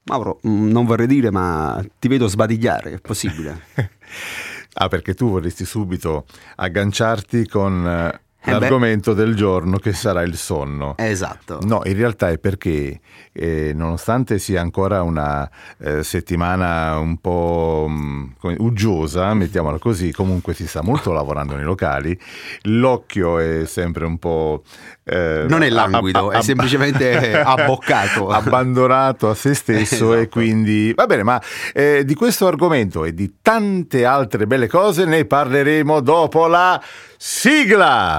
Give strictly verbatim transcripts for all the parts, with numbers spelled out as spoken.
Mauro, non vorrei dire, ma ti vedo sbadigliare, è possibile? Ah, perché tu vorresti subito agganciarti con eh, l'argomento del giorno, che sarà il sonno. Esatto. No, in realtà è perché eh, nonostante sia ancora una eh, settimana un po' mh, uggiosa, mettiamola così, comunque si sta molto lavorando nei locali, l'occhio è sempre un po'... Eh, non è languido, ab- è semplicemente abboccato, abbandonato a se stesso. Esatto. E quindi va bene, ma eh, di questo argomento e di tante altre belle cose ne parleremo dopo la sigla.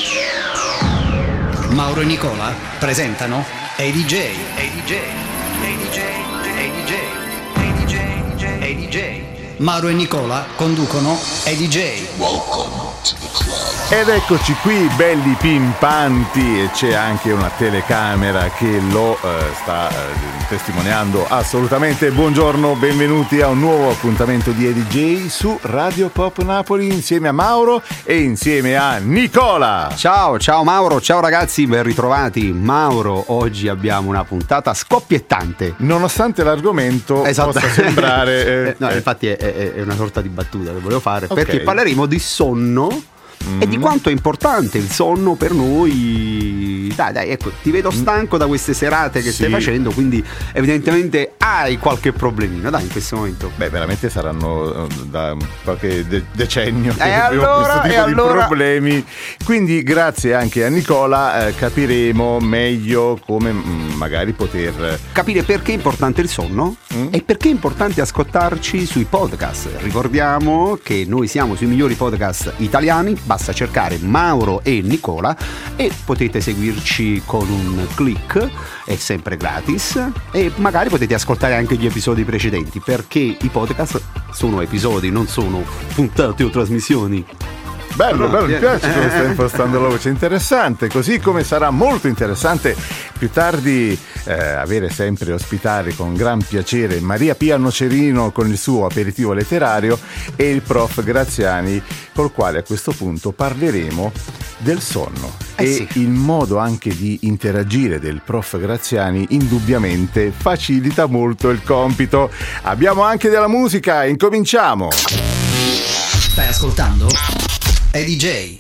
Mauro e Nicola presentano A D J, A D J, A D J, A D J, A D J, A D J. Mauro e Nicola conducono A D J. Welcome to the club. Ed eccoci qui, belli pimpanti, e c'è anche una telecamera che lo eh, sta eh, testimoniando assolutamente. Buongiorno, benvenuti a un nuovo appuntamento di A D J su Radio Pop Napoli insieme a Mauro e insieme a Nicola. Ciao, ciao Mauro, ciao ragazzi, ben ritrovati. Mauro, oggi abbiamo una puntata scoppiettante. Nonostante l'argomento esatto. possa sembrare... Eh, no, eh. infatti è, è, è una sorta di battuta che volevo fare, okay. perché parleremo di sonno. Mm. E di quanto è importante il sonno per noi. Dai, dai, ecco, ti vedo stanco da queste serate che sì. stai facendo, quindi evidentemente hai qualche problemino, dai, in questo momento. Beh, veramente saranno da qualche de- decennio che e abbiamo allora, questo tipo di allora... problemi. Quindi grazie anche a Nicola eh, capiremo meglio come mh, magari poter capire perché è importante il sonno mm? e perché è importante ascoltarci sui podcast. Ricordiamo che noi siamo sui migliori podcast italiani. Basta cercare Mauro e Nicola e potete seguirci con un click, è sempre gratis, e magari potete ascoltare anche gli episodi precedenti, perché i podcast sono episodi, non sono puntate o trasmissioni. Bello, bello, mi piace come stai impostando la voce, interessante, così come sarà molto interessante più tardi eh, avere sempre ospitare con gran piacere Maria Pia Nocerino con il suo aperitivo letterario e il prof Graziani, col quale a questo punto parleremo del sonno. Eh e sì. il modo anche di interagire del prof Graziani indubbiamente facilita molto il compito. Abbiamo anche della musica, incominciamo! Stai ascoltando A D J.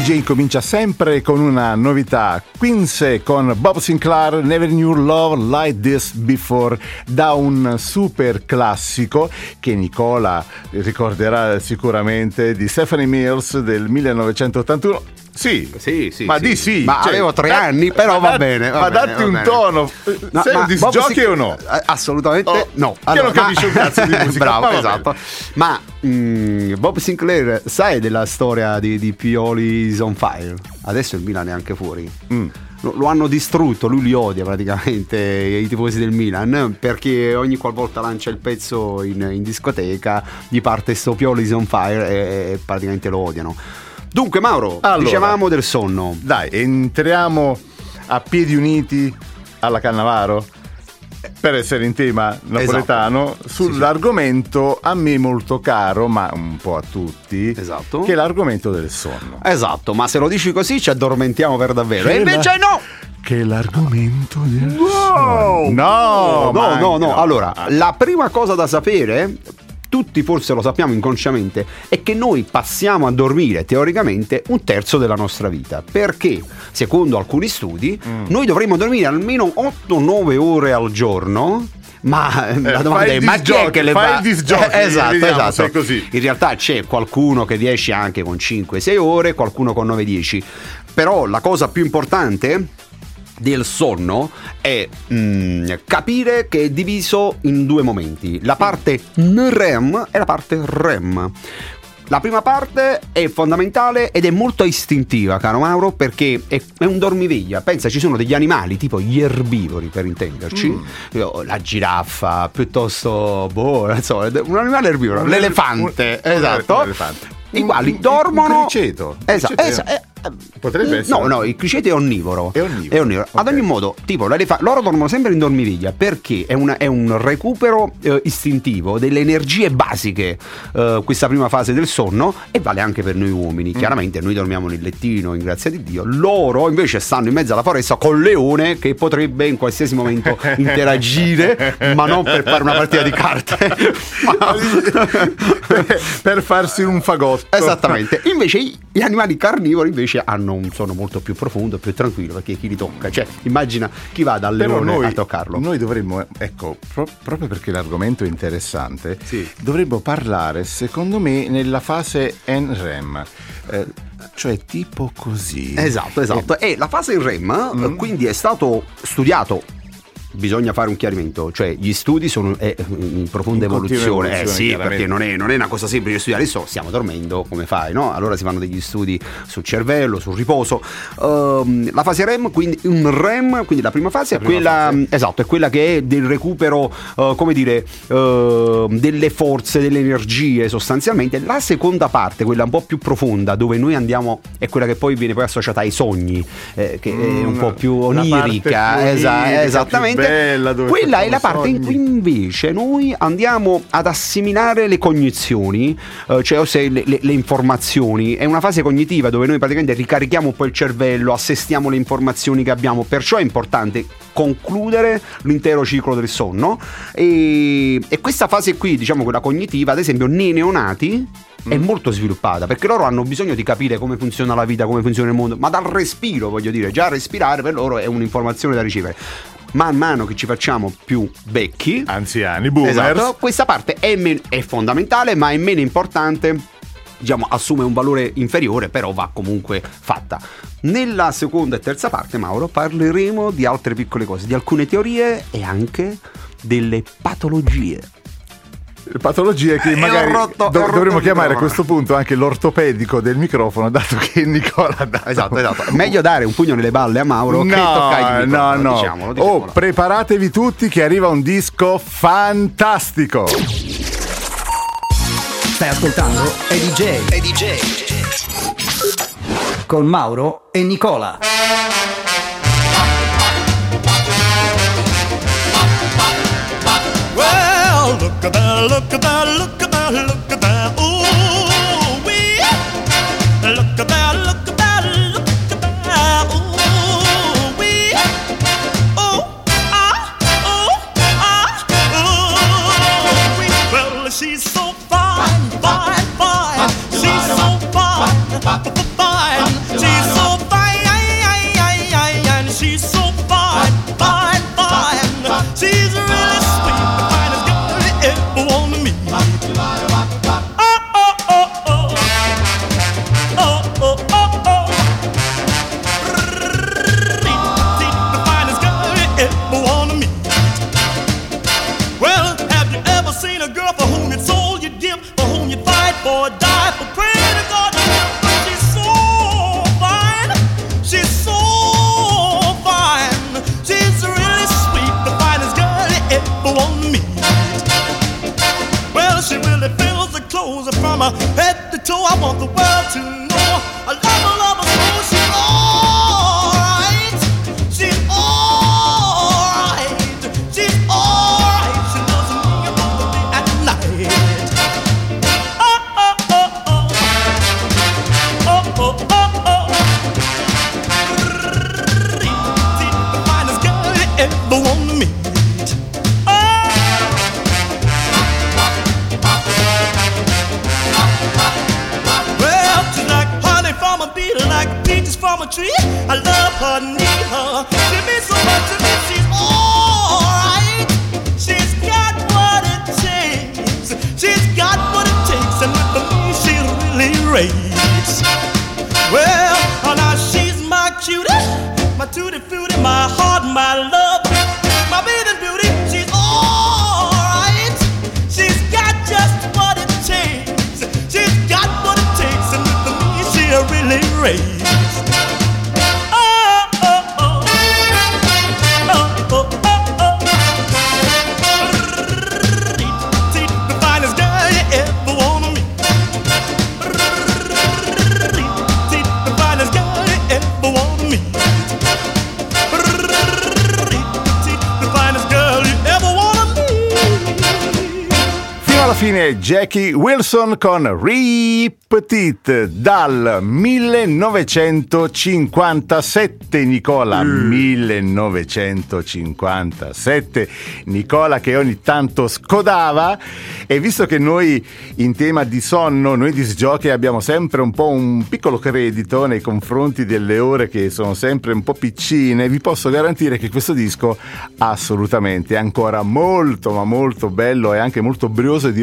J incomincia sempre con una novità. Quincy con Bob Sinclair, Never Knew Love Like This Before, da un super classico che Nicola ricorderà sicuramente, di Stephanie Mills del millenovecentottantuno. Sì, sì, sì, ma sì. di sì, ma cioè, avevo tre da, anni, però va da, bene. Va ma bene, datti va un bene. tono. No, sei un disjockey Sinclair, o no? Assolutamente Oh, no. Che allora, non capisci un cazzo di musica. Bravo, ma esatto. Ma mh, Bob Sinclair, sai della storia di, di Pioli is on fire? Adesso il Milan è anche fuori. Mm. Lo, lo hanno distrutto, lui li odia praticamente, i tifosi del Milan, perché ogni qualvolta lancia il pezzo in, in discoteca gli parte sto Pioli is on fire e, e praticamente lo odiano. Dunque Mauro, allora, dicevamo del sonno. Dai, entriamo a piedi uniti alla Cannavaro per essere in tema napoletano, esatto, sull'argomento sì, sì. a me molto caro, ma un po' a tutti, esatto, che è l'argomento del sonno. Esatto, ma se lo dici così ci addormentiamo per davvero. Che e invece la... no! Che è l'argomento del wow. sonno. No, no, no, no. Allora, ah. la prima cosa da sapere, tutti forse lo sappiamo inconsciamente, è che noi passiamo a dormire teoricamente un terzo della nostra vita, perché secondo alcuni studi mm. noi dovremmo dormire almeno otto nove ore al giorno. Ma eh, la domanda è: ma chi è che le fa? Eh, esatto, vediamo, esatto. Così. In realtà c'è qualcuno che riesce anche con cinque sei ore, qualcuno con nove dieci. Però la cosa più importante del sonno è mm, capire che è diviso in due momenti: la parte N R E M e la parte R E M. La prima parte è fondamentale ed è molto istintiva, caro Mauro, perché è, è un dormiveglia. Pensa, ci sono degli animali, tipo gli erbivori, per intenderci, mm. la giraffa, piuttosto, boh, insomma, un animale erbivoro, un l'elefante, un, esatto, un elefante. I quali un, dormono... Un criceto. Esatto, esatto. Eh, potrebbe essere. No, no, il criceto è onnivoro. È onnivoro. È onnivoro. Okay. Ad ogni modo, tipo, loro dormono sempre in dormiveglia perché è, una, è un recupero eh, istintivo delle energie basiche, eh, questa prima fase del sonno, e vale anche per noi uomini. Mm. Chiaramente noi dormiamo nel lettino, in grazia di Dio. Loro invece stanno in mezzo alla foresta col leone che potrebbe in qualsiasi momento interagire, ma non per fare una partita di carte, ma per, per farsi un fagotto. Esattamente. Invece gli animali carnivori invece hanno un sonno molto più profondo, più tranquillo, perché chi li tocca, cioè immagina chi va dal leone noi, a toccarlo. Noi dovremmo, ecco, pro- proprio perché l'argomento è interessante, sì. dovremmo parlare, secondo me, nella fase N R E M, eh, cioè tipo così. Esatto, esatto. E, e la fase N R E M mm. quindi è stato studiato. Bisogna fare un chiarimento, cioè gli studi sono eh, in profonda in evoluzione, evoluzione, eh sì, perché non è, non è una cosa semplice studiare, adesso stiamo dormendo, come fai, no? Allora si fanno degli studi sul cervello, sul riposo. Uh, la fase R E M, quindi un R E M, quindi la prima fase la è prima quella fase. Esatto, è quella che è del recupero, uh, come dire, uh, delle forze, delle energie sostanzialmente. La seconda parte, quella un po' più profonda, dove noi andiamo, è quella che poi viene poi associata ai sogni, eh, che mm, è un po' più onirica, più esa- onirica esattamente. Bella, quella è la parte in cui invece noi andiamo ad assimilare le cognizioni, eh, cioè se le, le, le informazioni. È una fase cognitiva dove noi praticamente ricarichiamo un po' il cervello, assestiamo le informazioni che abbiamo, perciò è importante concludere l'intero ciclo del sonno, e, e questa fase qui, diciamo quella cognitiva, ad esempio nei neonati è molto sviluppata, perché loro hanno bisogno di capire come funziona la vita, come funziona il mondo, ma dal respiro, voglio dire, già respirare per loro è un'informazione da ricevere. Man mano che ci facciamo più vecchi, anziani, boomers, esatto, questa parte è, men- è fondamentale, ma è meno importante, diciamo, assume un valore inferiore, però va comunque fatta. Nella seconda e terza parte, Mauro, parleremo di altre piccole cose, di alcune teorie e anche delle patologie. Patologie che magari rotto, do- dovremmo chiamare a microfono. questo punto anche l'ortopedico del microfono, dato che Nicola ha dato... Esatto, esatto. Meglio dare un pugno nelle balle a Mauro no, che toccare il microfono. No, no, diciamolo, diciamolo. Oh, preparatevi tutti che arriva un disco fantastico. Stai ascoltando A D J, A D J con Mauro e Nicola. Look at that, look at that, look at that, look at that, ooh, wee. Look at that, look at that, look at that, ooh, wee. Oh, ah, oh, ah, ooh, wee. Well, she's so fine, fine, fine. She's so fine, fine. clothes from her head to toe. I want the world to know I love her, love her so. She's alright, she's alright, she's alright. She loves me both the day and night. Oh oh oh oh, oh oh oh oh. The finest girl you ever want to meet. Like peaches from a tree, I love her, need her. She means so much to me. She's alright. She's got what it takes. She's got what it takes, and with me she really raves. Well, oh, now she's my cutie, my tutti frutti, my heart, my love, my bathing beauty. She's alright. She's got just what it takes. She's got what it takes, and with me she really raves. Fine Jackie Wilson con Repeat dal millenovecentocinquantasette. Nicola, mm. millenovecentocinquantasette. Nicola che ogni tanto scodava, e visto che noi in tema di sonno, noi disc jockey abbiamo sempre un po' un piccolo credito nei confronti delle ore che sono sempre un po' piccine, vi posso garantire che questo disco assolutamente è ancora molto ma molto bello e anche molto brioso e divertente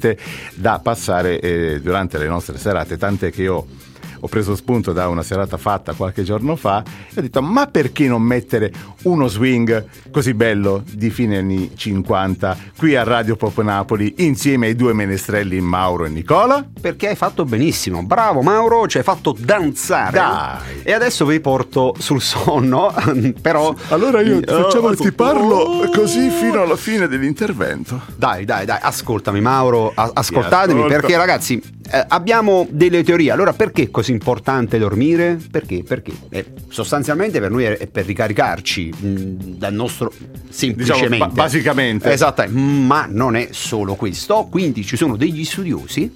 da passare eh, durante le nostre serate, tant'è che io ho preso spunto da una serata fatta qualche giorno fa e ho detto: ma perché non mettere uno swing così bello di fine anni cinquanta qui a Radio Pop Napoli insieme ai due menestrelli Mauro e Nicola? Perché hai fatto benissimo, bravo Mauro, ci hai fatto danzare. Dai. E adesso vi porto sul sonno, però allora io facciamo oh, ti parlo così fino alla fine dell'intervento. Dai dai dai, ascoltami Mauro, a- ascoltatemi, ascolta. Perché ragazzi eh, abbiamo delle teorie. Allora, perché è così importante dormire? Perché? Perché eh, sostanzialmente per noi è, è per ricaricarci mh, dal nostro, semplicemente, diciamo, ba- basicamente. Esatto, ma non è solo questo. Quindi ci sono degli studiosi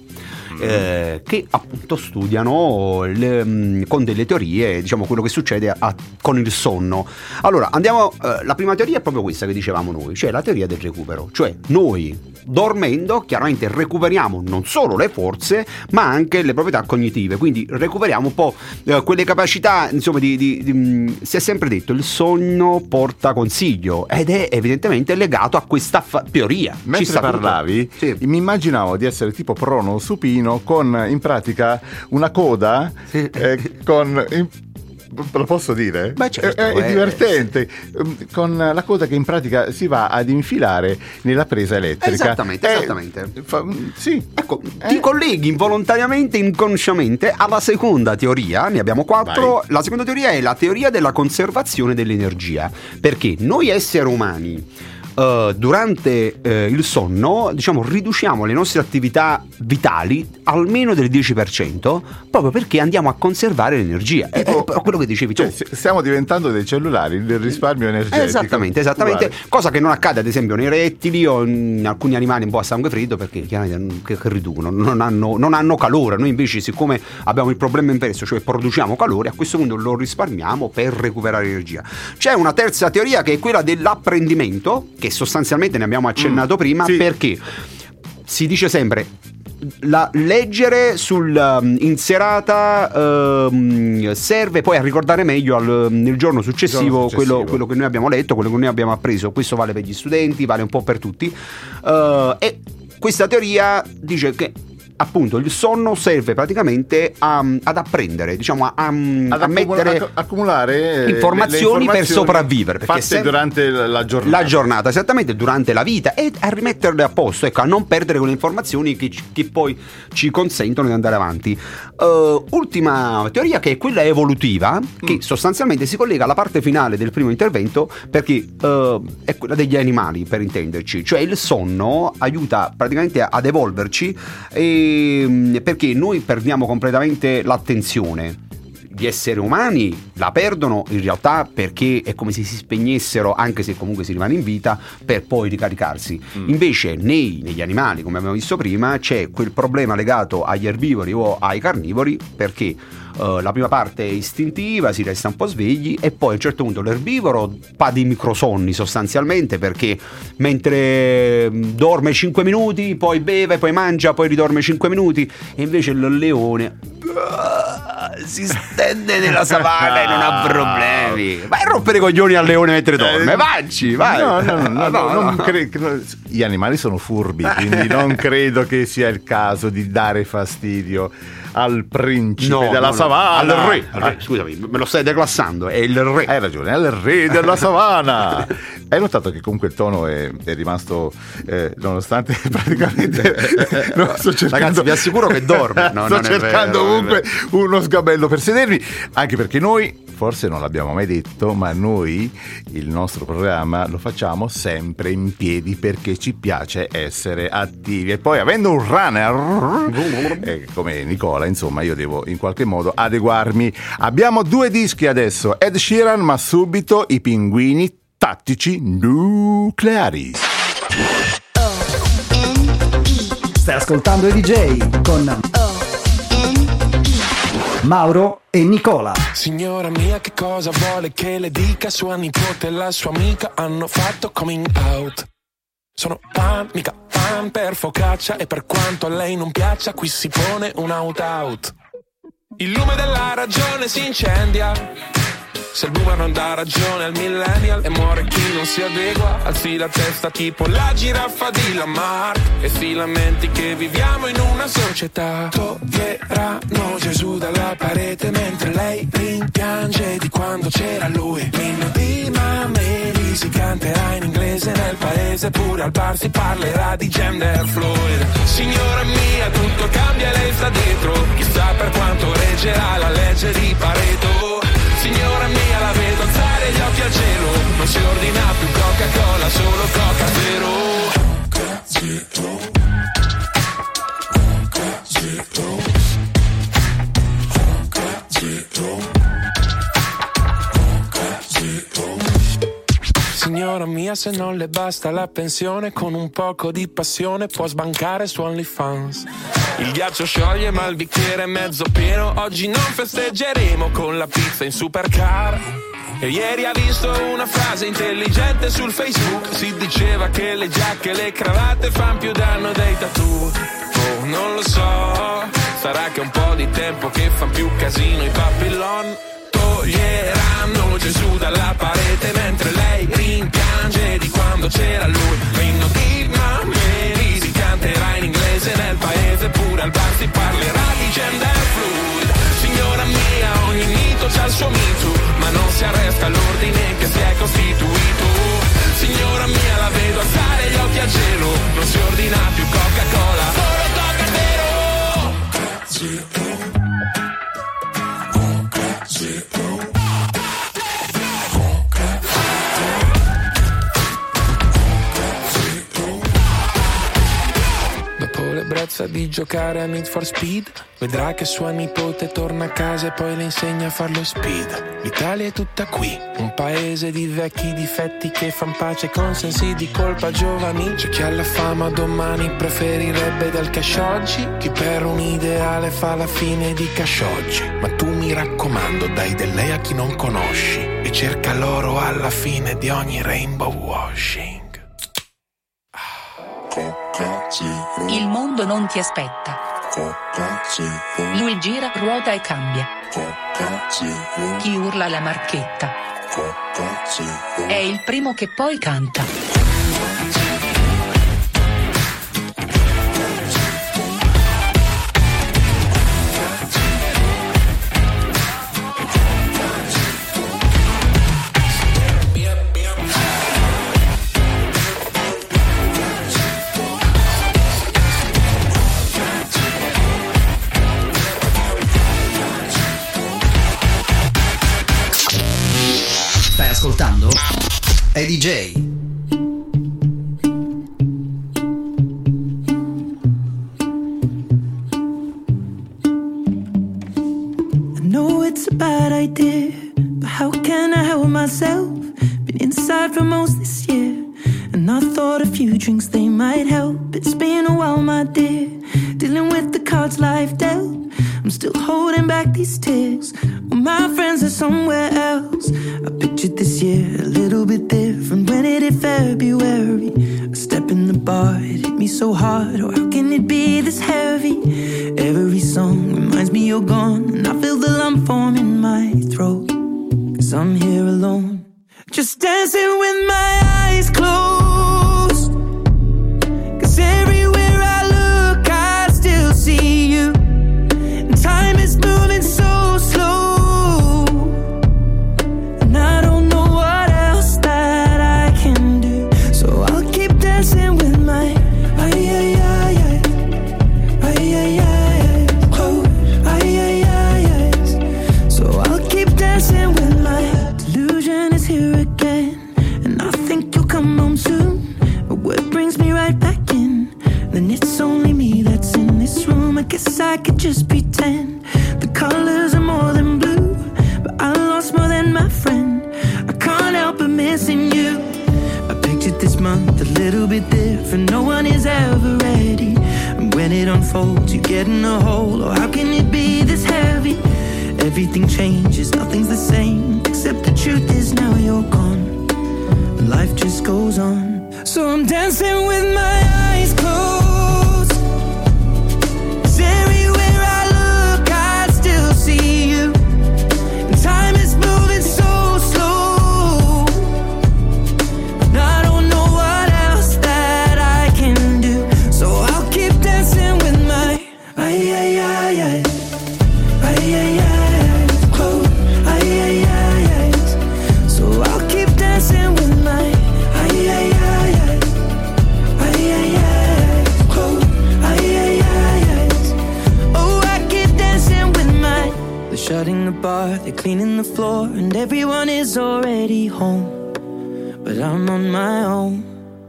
Eh, che appunto studiano le, mh, con delle teorie, diciamo, quello che succede a, con il sonno. Allora andiamo, eh, la prima teoria è proprio questa che dicevamo noi, cioè la teoria del recupero. Cioè noi dormendo chiaramente recuperiamo non solo le forze ma anche le proprietà cognitive, quindi recuperiamo un po' eh, quelle capacità, insomma, di, di, di mh, si è sempre detto il sonno porta consiglio, ed è evidentemente legato a questa fa- teoria. Mentre Ci sta parlavi, sì. mi immaginavo di essere tipo prono o supino con in pratica una coda eh, con in, lo posso dire? Beh, certo, è, è eh. divertente, con la coda che in pratica si va ad infilare nella presa elettrica. Esattamente, eh, esattamente. Fa, sì. Ecco, eh. ti colleghi involontariamente, inconsciamente alla seconda teoria, ne abbiamo quattro. Vai. La seconda teoria è la teoria della conservazione dell'energia, perché noi esseri umani Uh, durante uh, il sonno, diciamo, riduciamo le nostre attività vitali almeno del dieci per cento, proprio perché andiamo a conservare l'energia. È, Tipo, è quello che dicevi tu. Cioè, stiamo diventando dei cellulari del risparmio energetico. Esattamente, esattamente. Uguale. Cosa che non accade ad esempio nei rettili o in alcuni animali un po' a sangue freddo, perché chiaramente che, che riducono, non hanno, non hanno calore. Noi invece, siccome abbiamo il problema inverso, cioè produciamo calore, a questo punto lo risparmiamo per recuperare energia. C'è una terza teoria che è quella dell'apprendimento, che sostanzialmente ne abbiamo accennato mm, prima, sì. Perché si dice sempre la leggere sul um, in serata um, serve poi a ricordare meglio al, nel giorno successivo, giorno successivo. Quello, quello che noi abbiamo letto, quello che noi abbiamo appreso. Questo vale per gli studenti, vale un po' per tutti, uh, e questa teoria dice che appunto il sonno serve praticamente a, ad apprendere, diciamo a, a, ad a mettere accumula- accumulare informazioni, le, le informazioni per sopravvivere, perché fatte sem- durante la giornata la giornata, esattamente, durante la vita, e a rimetterle a posto, ecco, a non perdere quelle informazioni che, che poi ci consentono di andare avanti. Uh, ultima teoria, che è quella evolutiva, che mm. sostanzialmente si collega alla parte finale del primo intervento, perché uh, è quella degli animali, per intenderci, cioè il sonno aiuta praticamente ad evolverci e perché, perché noi perdiamo completamente l'attenzione. Gli esseri umani la perdono in realtà perché è come se si spegnessero, anche se comunque si rimane in vita, per poi ricaricarsi. Mm. Invece nei, negli animali, come abbiamo visto prima, c'è quel problema legato agli erbivori o ai carnivori, perché uh, la prima parte è istintiva, si resta un po' svegli, e poi a un certo punto l'erbivoro fa dei microsonni sostanzialmente, perché mentre dorme cinque minuti, poi beve, poi mangia, poi ridorme cinque minuti, e invece il leone si stende nella savana e non ha problemi. Vai a rompere i coglioni al leone mentre dorme, vacci, vai. No, no, no, no, no, non cre- gli animali sono furbi, quindi non credo che sia il caso di dare fastidio al principe no, della no, savana. No. Al re, al re, scusami, me lo stai declassando, è il re. Hai ragione, è il re della savana. Hai notato che comunque il tono è, è rimasto eh, nonostante praticamente no, sto cercando, ragazzi, vi assicuro che dorme. No, sto non cercando è vero, comunque uno sgabello per sedermi, anche perché noi, forse non l'abbiamo mai detto, ma noi il nostro programma lo facciamo sempre in piedi perché ci piace essere attivi, e poi avendo un runner eh, come Nicola, insomma, io devo in qualche modo adeguarmi. Abbiamo due dischi adesso, Ed Sheeran, ma subito i Pinguini Tattici Nucleari. Stai ascoltando i D J con Mauro e Nicola. Signora mia, che cosa vuole che le dica? Sua nipote e la sua amica hanno fatto coming out. Sono pan, mica pan per focaccia, e per quanto a lei non piaccia, qui si pone un out out. Il lume della ragione si incendia, se il boomer non dà ragione al millennial, e muore chi non si adegua. Alzi la testa tipo la giraffa di Lamarck e si lamenti che viviamo in una società. Toglieranno Gesù dalla parete mentre lei rimpiange di quando c'era lui. L'inno di Mameli si canterà in inglese nel paese, pure al bar si parlerà di gender fluid. Signora mia, tutto cambia e lei sta dietro, chissà per quanto reggerà la legge di Pareto. Signora mia, la vedo alzare gli occhi al cielo, non si ordina più Coca-Cola, solo Coca Zero. Coca Zero. Coca Zero. Coca Zero. Coca Zero. Signora mia, se non le basta la pensione, con un poco di passione può sbancare su OnlyFans. Il ghiaccio scioglie ma il bicchiere è mezzo pieno, oggi non festeggeremo con la pizza in supercar. E ieri ha visto una frase intelligente sul Facebook, si diceva che le giacche e le cravatte fan più danno dei tattoo. Oh, non lo so, sarà che un po' di tempo che fan più casino i Papillon. Toglieranno Gesù dalla parete mentre lei rimpiange di quando c'era lui. L'inno di Mameli si canterà in inglese nel paese, pure al bar si parlerà di gender fluid. Signora mia, ogni mito c'ha il suo mito, ma non si arresta all'ordine che si è costituito. Signora mia, la vedo alzare gli occhi al cielo, non si ordina più Coca-Cola, solo Coca Zero. Coca Zero. Coca Zero. Coca Zero. Dopo l'ebbrezza di giocare a Need for Speed, vedrà che sua nipote torna a casa e poi le insegna a farlo speed. L'Italia è tutta qui, un paese di vecchi difetti che fan pace con sensi di colpa giovani. C'è chi alla fama domani preferirebbe del cash oggi, chi per un ideale fa la fine di cash oggi. Ma tu, mi raccomando, dai del lei a chi non conosci e cerca l'oro alla fine di ogni rainbow washing. Il mondo non ti aspetta. Lui gira, ruota e cambia. Chi urla la marchetta è il primo che poi canta. Ascoltando è D J. idea, but how can I help myself? Been inside for most this year, and I thought a few drinks they might help. It's been a while, my dear, dealing with the cards life dealt. I'm still holding back these tears, well, my friends are somewhere else. I pictured this year a little bit different when it hit February. A step in the bar, it hit me so hard. Oh, how can it be this heavy? Every song reminds me you're gone, and I feel the lump form in my throat, 'cause I'm here alone, just dancing with my eyes closed. 'Cause everywhere I look I still see you, and time is moving so slow, and I don't know what else that I can do. So I'll keep dancing with my ay ay ay ay ay ay ay close ay ay ay ay. So I'll keep dancing with my delusion is here again, and I think you'll come home soon. But what brings me right back in? Then it's only me that's in this room. I guess I could just pretend the colors are more than blue, but I lost more than my friend. I can't help but missing you. I pictured this month a little bit different. No one is ever ready, and when it unfolds you get in a hole. Oh, how can it be this heavy? Everything changes, nothing's the same, except the truth is now you're gone, and life just goes on. So I'm dancing with my eyes closed, 'cause everywhere I look I still see you, and time is moving so slow, and I don't know what else that I can do. So I'll keep dancing with my ay ay ay ay ay ay ay close ay ay ay ay. So I'll keep dancing with my ay ay ay ay ay ay ay close ay ay ay ay. Oh, I keep dancing with my. They're shutting the bar, they're cleaning the floor, and everyone is already home, but I'm on my own,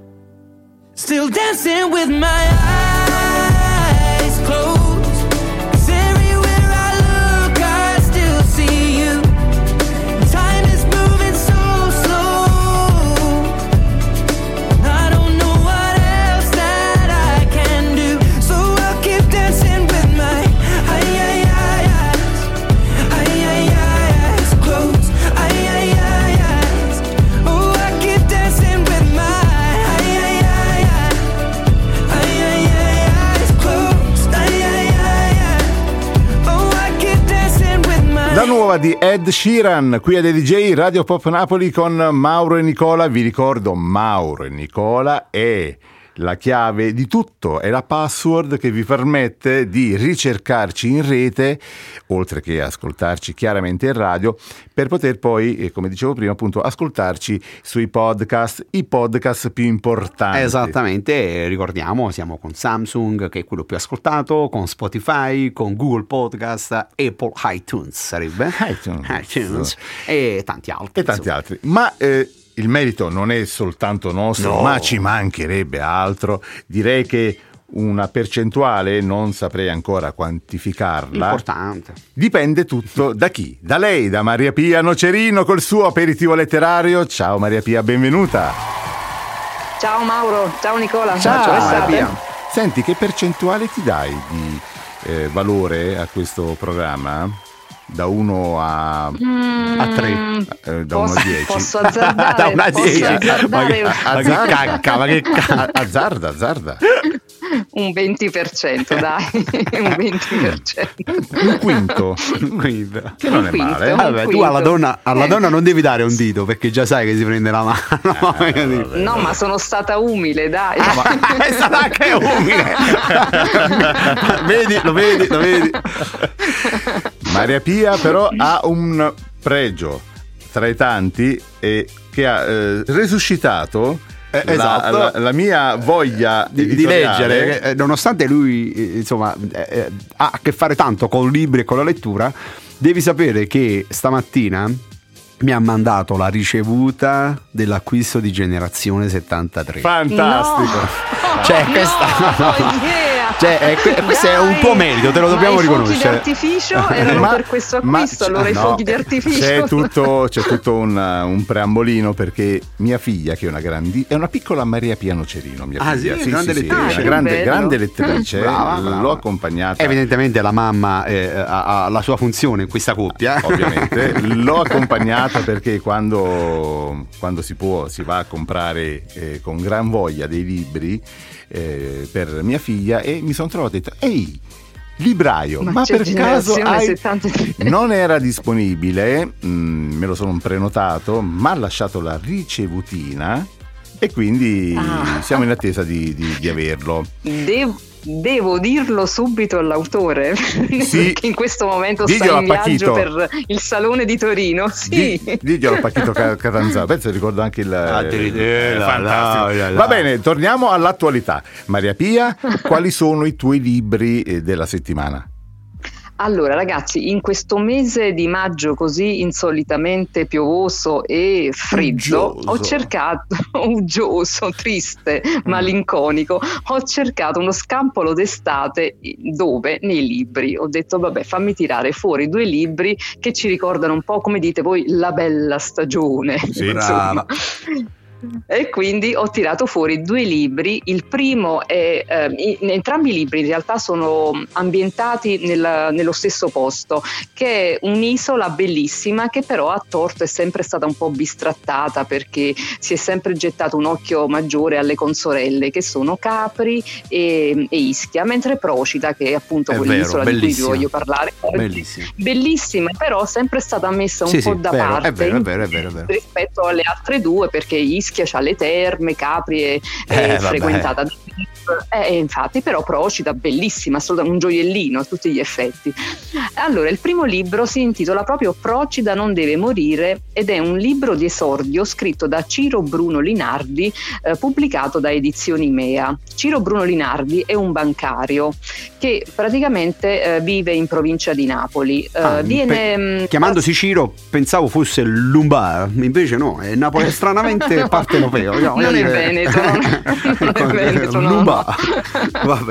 still dancing with my eyes closed. 'Cause everywhere I look I still see you, and time is moving so slow, and I don't know what else that I can do. So I'll keep dancing with my ay ay ay eyes ay ay ay eyes closed ay ay ay eyes. Oh, I keep dancing with my ay ay ay ay ay ay ay eyes closed ay ay ay ay. Oh, I keep dancing with my. La nuova di Ed Sheeran qui ad E D J Radio Pop Napoli con Mauro e Nicola. Vi ricordo, Mauro e Nicola è la chiave di tutto, è la password che vi permette di ricercarci in rete, oltre che ascoltarci chiaramente in radio, per poter poi, eh, come dicevo prima, appunto ascoltarci sui podcast, i podcast più importanti. Esattamente, ricordiamo, siamo con Samsung, che è quello più ascoltato, con Spotify, con Google Podcast, Apple iTunes sarebbe, iTunes, iTunes e tanti altri. E tanti altri. Ma eh, il merito non è soltanto nostro, No. ma ci mancherebbe altro. Direi che una percentuale, non saprei ancora quantificarla, Importante. dipende tutto da chi? Da lei, da Maria Pia Nocerino col suo aperitivo letterario. Ciao Maria Pia, benvenuta. Ciao Mauro, ciao Nicola. Ciao, come Maria state? Pia. Senti, che percentuale ti dai di eh, valore a questo programma? Da uno a, Mm, A tre. eh, da posso, uno a dieci. posso azzardare, Da una a posso dieci. azzardare Ma che- ma che cacca, ma che cacca. Azzarda, azzarda. un venti per cento, dai, un venti per cento. Un quinto, Quindi. che non Un è quinto. male. Vabbè, tu quinto. alla donna, alla Eh. donna non devi dare un dito, perché già sai che si prende la mano. No, ma sono stata umile, dai. È stata anche umile. Vedi, lo vedi, lo vedi. Maria Pia però ha un pregio tra i tanti e che ha eh, resuscitato Eh, la, esatto. la, la mia voglia Di, di editoriale. leggere, eh, nonostante lui eh, insomma eh, eh, ha a che fare tanto con libri e con la lettura, devi sapere che stamattina mi ha mandato la ricevuta dell'acquisto di Generazione settantatré. Fantastico. Cioè, No, questa yeah. Cioè, eh, questo è un tuo merito, te lo dobbiamo riconoscere. I fuochi d'artificio erano Ma- per questo acquisto, ma- allora i no, fuochi d'artificio. C'è tutto, c'è tutto un, un preambolino, perché mia figlia, che è una grandi, è una piccola Maria Pia Nocerino, mia Ah, figlia. sì? Grande lettrice. è una Ah, grande, bello. grande lettrice. Brava, brava. L'ho accompagnata. Evidentemente la mamma eh, ha, ha la sua funzione in questa coppia. Ovviamente l'ho accompagnata perché quando, quando si può si va a comprare eh, con gran voglia dei libri eh, per mia figlia, e mi sono trovato e ho detto: ehi, libraio, ma, Ma c'è per caso generazione hai... settanta non era disponibile, mm, me lo sono prenotato, ma ha lasciato la ricevutina e quindi Ah. siamo in attesa di, di, di averlo. Devo, devo dirlo subito all'autore, Sì. che in questo momento Diglielo sta in a viaggio Pachito. per il Salone di Torino. Sì. Di- diglielo a Pachito Ca- Catanzaro, penso ricordo anche il, Addirittura, il- fantastico. dai, dai, Va dai. bene, torniamo all'attualità. Maria Pia, quali sono i tuoi libri eh, della settimana? Allora ragazzi, in questo mese di maggio così insolitamente piovoso e freddo, Uggioso. ho cercato, uggioso, triste, malinconico, ho cercato uno scampolo d'estate dove? Nei libri. Ho detto vabbè, fammi tirare fuori due libri che ci ricordano un po', come dite voi, la bella stagione. Sì. insomma. E quindi ho tirato fuori due libri. Il primo è, eh, in, entrambi i libri in realtà sono ambientati nel, nello stesso posto, che è un'isola bellissima che però a torto è sempre stata un po' bistrattata, perché si è sempre gettato un occhio maggiore alle consorelle, che sono Capri e, e Ischia, mentre Procida, che è appunto È quell'isola vero, di cui vi bellissima. voglio parlare, Bellissima. bellissima, però sempre stata messa un Sì, po' sì, da vero, parte è vero, è vero, è vero, è vero. rispetto alle altre due, perché Ischia c'ha le terme, Capri è, è Eh, vabbè. frequentata da eh, infatti, però Procida bellissima, assolutamente un gioiellino a tutti gli effetti. Allora, il primo libro si intitola proprio Procida non deve morire ed è un libro di esordio scritto da Ciro Bruno Linardi, eh, pubblicato da Edizioni Mea. Ciro Bruno Linardi è un bancario che praticamente eh, vive in provincia di Napoli. Eh, Ah, viene pe- mh, chiamandosi Ciro pensavo fosse Lombard, invece no, è Napoli, stranamente partenopeo. No, Non è eh, Veneto, non è- non è Veneto, no. Lombard. Vabbè.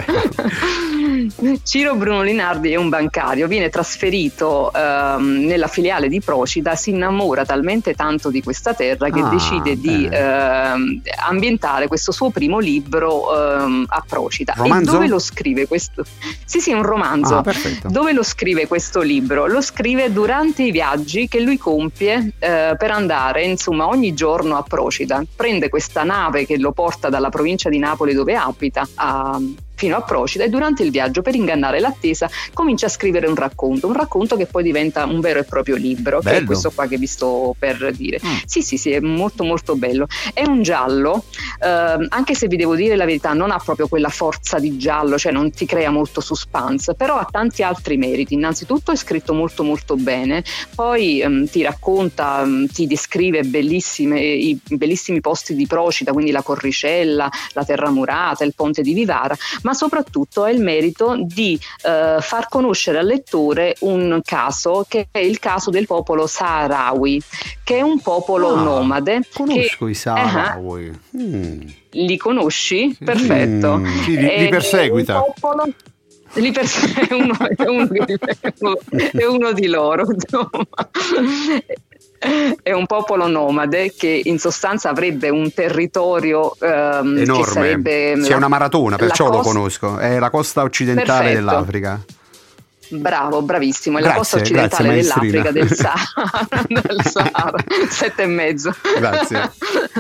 Ciro Bruno Linardi è un bancario, viene trasferito ehm, nella filiale di Procida, si innamora talmente tanto di questa terra che Ah, decide di bene. ehm, ambientare questo suo primo libro ehm, a Procida. Romanzo? E dove lo scrive questo? Sì, sì, è un romanzo. Ah, perfetto. Dove lo scrive questo libro? Lo scrive durante i viaggi che lui compie eh, per andare, insomma, ogni giorno a Procida. Prende questa nave che lo porta dalla provincia di Napoli, dove abita, a fino a Procida, e durante il viaggio, per ingannare l'attesa, comincia a scrivere un racconto, un racconto che poi diventa un vero e proprio libro, che è Bello. questo qua che vi sto per dire. Mm. Sì, sì, sì, è molto molto bello. È un giallo, ehm, anche se vi devo dire la verità, non ha proprio quella forza di giallo, cioè non ti crea molto suspense, però ha tanti altri meriti. Innanzitutto è scritto molto molto bene, poi ehm, ti racconta, ehm, ti descrive bellissime, i bellissimi posti di Procida, quindi la Corricella, la Terra Murata, il Ponte di Vivara, ma soprattutto ha il merito di eh, far conoscere al lettore un caso, che è il caso del popolo Saharawi, che è un popolo Ah, nomade. Conosco che, i Saharawi. Mm. Li conosci? Perfetto. Mm. Sì, li- li Ed è perseguita. un popolo- li perse- è, uno, è, uno, è uno di loro, insomma. È un popolo nomade che in sostanza avrebbe un territorio ehm, che Enorme. sarebbe C'è la- una maratona, perciò la lo costa- conosco. È la costa occidentale Perfetto. dell'Africa. Bravo, bravissimo, è la Grazie, costa occidentale grazie, maestrina. dell'Africa, del Sahara, del Sahara, sette e mezzo. Grazie.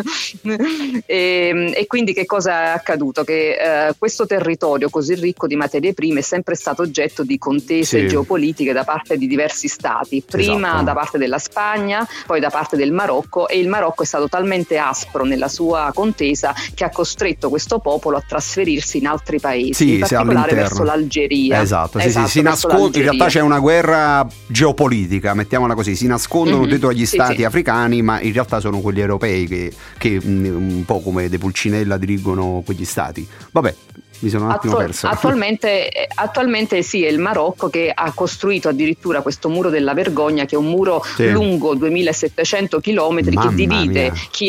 e, e quindi che cosa è accaduto? Che eh, questo territorio così ricco di materie prime è sempre stato oggetto di contese Sì. geopolitiche da parte di diversi stati, prima Esatto. da parte della Spagna, poi da parte del Marocco, e il Marocco è stato talmente aspro nella sua contesa che ha costretto questo popolo a trasferirsi in altri paesi, Sì, in sì, particolare all'interno. verso l'Algeria. Esatto, sì, Esatto, sì, si verso nasconde. In l'Algeria. realtà c'è una guerra geopolitica, mettiamola così, si nascondono Mhm, dietro agli sì, stati sì. africani, ma in realtà sono quelli europei che, che mh, un po' come De Pulcinella dirigono quegli stati. Vabbè, mi sono un attimo Attu- perso. attualmente, eh, attualmente sì, è il Marocco che ha costruito addirittura questo muro della vergogna, che è un muro Sì. lungo duemilasettecento chilometri, che Mamma divide mia. chi è